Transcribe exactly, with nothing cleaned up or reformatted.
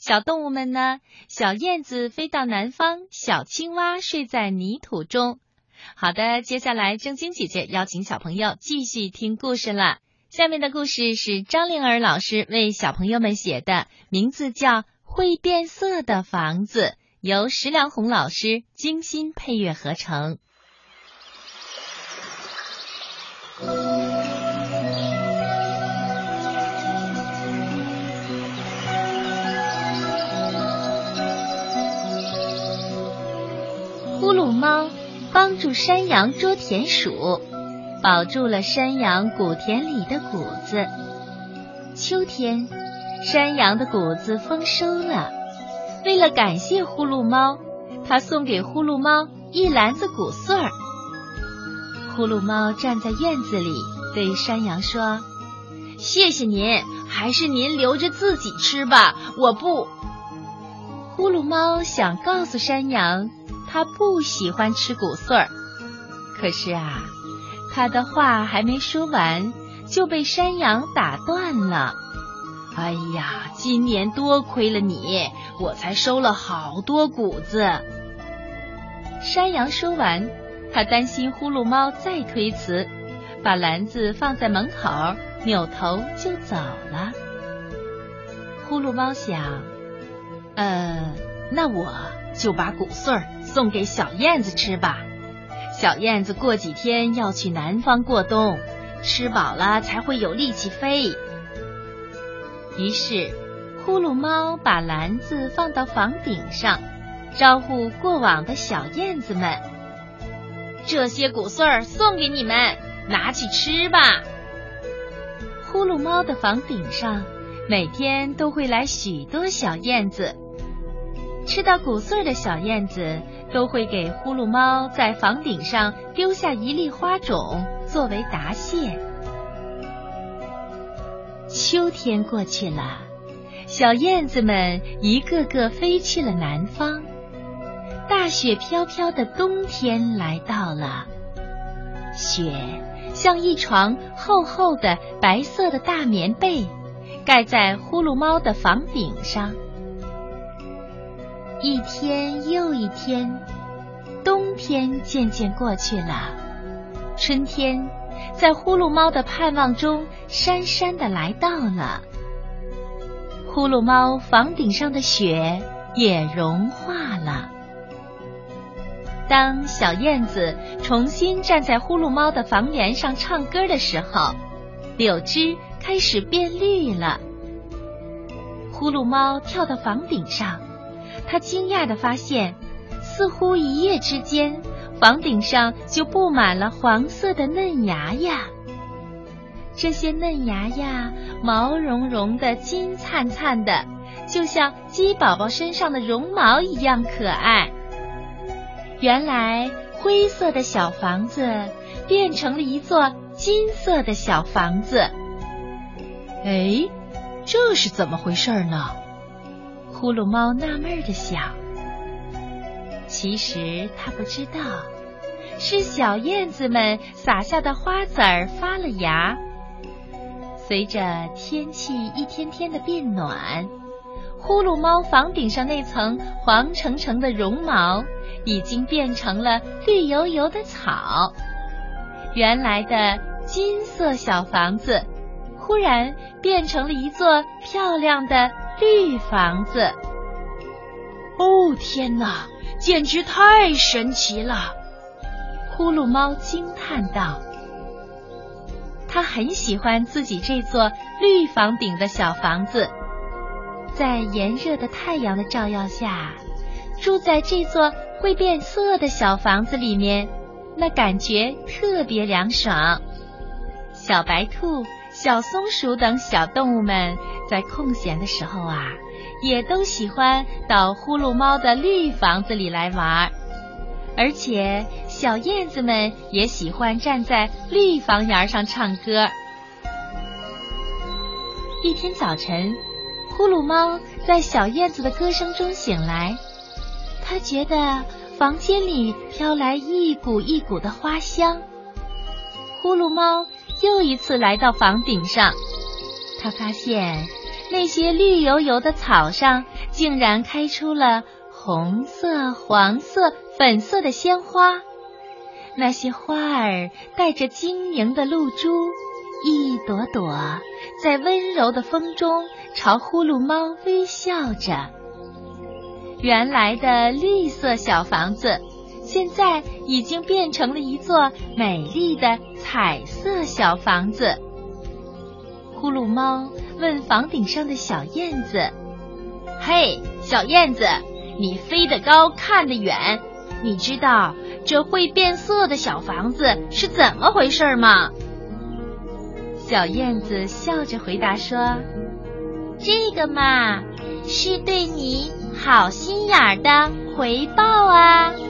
小动物们呢？小燕子飞到南方，小青蛙睡在泥土中。好的，接下来正晶姐姐邀请小朋友继续听故事了。下面的故事是张灵儿老师为小朋友们写的，名字叫《会变色的房子》，由石良红老师精心配乐合成。呼噜猫帮助山羊捉田鼠，保住了山羊谷田里的谷子。秋天，山羊的谷子丰收了。为了感谢呼噜猫，他送给呼噜猫一篮子谷穗儿。呼噜猫站在院子里，对山羊说：“谢谢您，还是您留着自己吃吧，我不。”呼噜猫想告诉山羊，他不喜欢吃谷穗儿，可是啊，他的话还没说完，就被山羊打断了。哎呀，今年多亏了你，我才收了好多谷子。山羊说完，他担心呼噜猫再推辞，把篮子放在门口，扭头就走了。呼噜猫想，呃，那我就把谷穗儿送给小燕子吃吧。小燕子过几天要去南方过冬，吃饱了才会有力气飞。于是，呼噜猫把篮子放到房顶上，招呼过往的小燕子们：“这些谷穗儿送给你们，拿去吃吧。”呼噜猫的房顶上，每天都会来许多小燕子。吃到谷穗的小燕子都会给呼噜猫在房顶上丢下一粒花种作为答谢。秋天过去了，小燕子们一个个飞去了南方。大雪飘飘的冬天来到了，雪像一床厚厚的白色的大棉被，盖在呼噜猫的房顶上。一天又一天，冬天渐渐过去了，春天在呼噜猫的盼望中姗姗地来到了。呼噜猫房顶上的雪也融化了。当小燕子重新站在呼噜猫的房檐上唱歌的时候，柳枝开始变绿了。呼噜猫跳到房顶上，他惊讶地发现，似乎一夜之间，房顶上就布满了黄色的嫩芽呀。这些嫩芽呀，毛茸茸的，金灿灿的，就像鸡宝宝身上的绒毛一样可爱。原来，灰色的小房子变成了一座金色的小房子。哎，这是怎么回事呢？呼噜猫纳闷地想。其实他不知道，是小燕子们撒下的花籽儿发了芽。随着天气一天天的变暖，呼噜猫房顶上那层黄澄澄的绒毛已经变成了绿油油的草。原来的金色小房子忽然变成了一座漂亮的绿房子。哦，天哪，简直太神奇了！呼噜猫惊叹道。他很喜欢自己这座绿房顶的小房子，在炎热的太阳的照耀下，住在这座会变色的小房子里面，那感觉特别凉爽。小白兔、小松鼠等小动物们在空闲的时候啊，也都喜欢到呼噜猫的绿房子里来玩，而且小燕子们也喜欢站在绿房檐上唱歌。一天早晨，呼噜猫在小燕子的歌声中醒来，它觉得房间里飘来一股一股的花香。呼噜猫又一次来到房顶上，它发现那些绿油油的草上竟然开出了红色、黄色、粉色的鲜花。那些花儿带着晶莹的露珠，一朵朵在温柔的风中朝呼噜猫微笑着。原来的绿色小房子，现在已经变成了一座美丽的彩色小房子。呼噜猫问房顶上的小燕子：嘿，小燕子，你飞得高，看得远，你知道这会变色的小房子是怎么回事吗？小燕子笑着回答说：这个嘛，是对你好心眼儿的回报啊。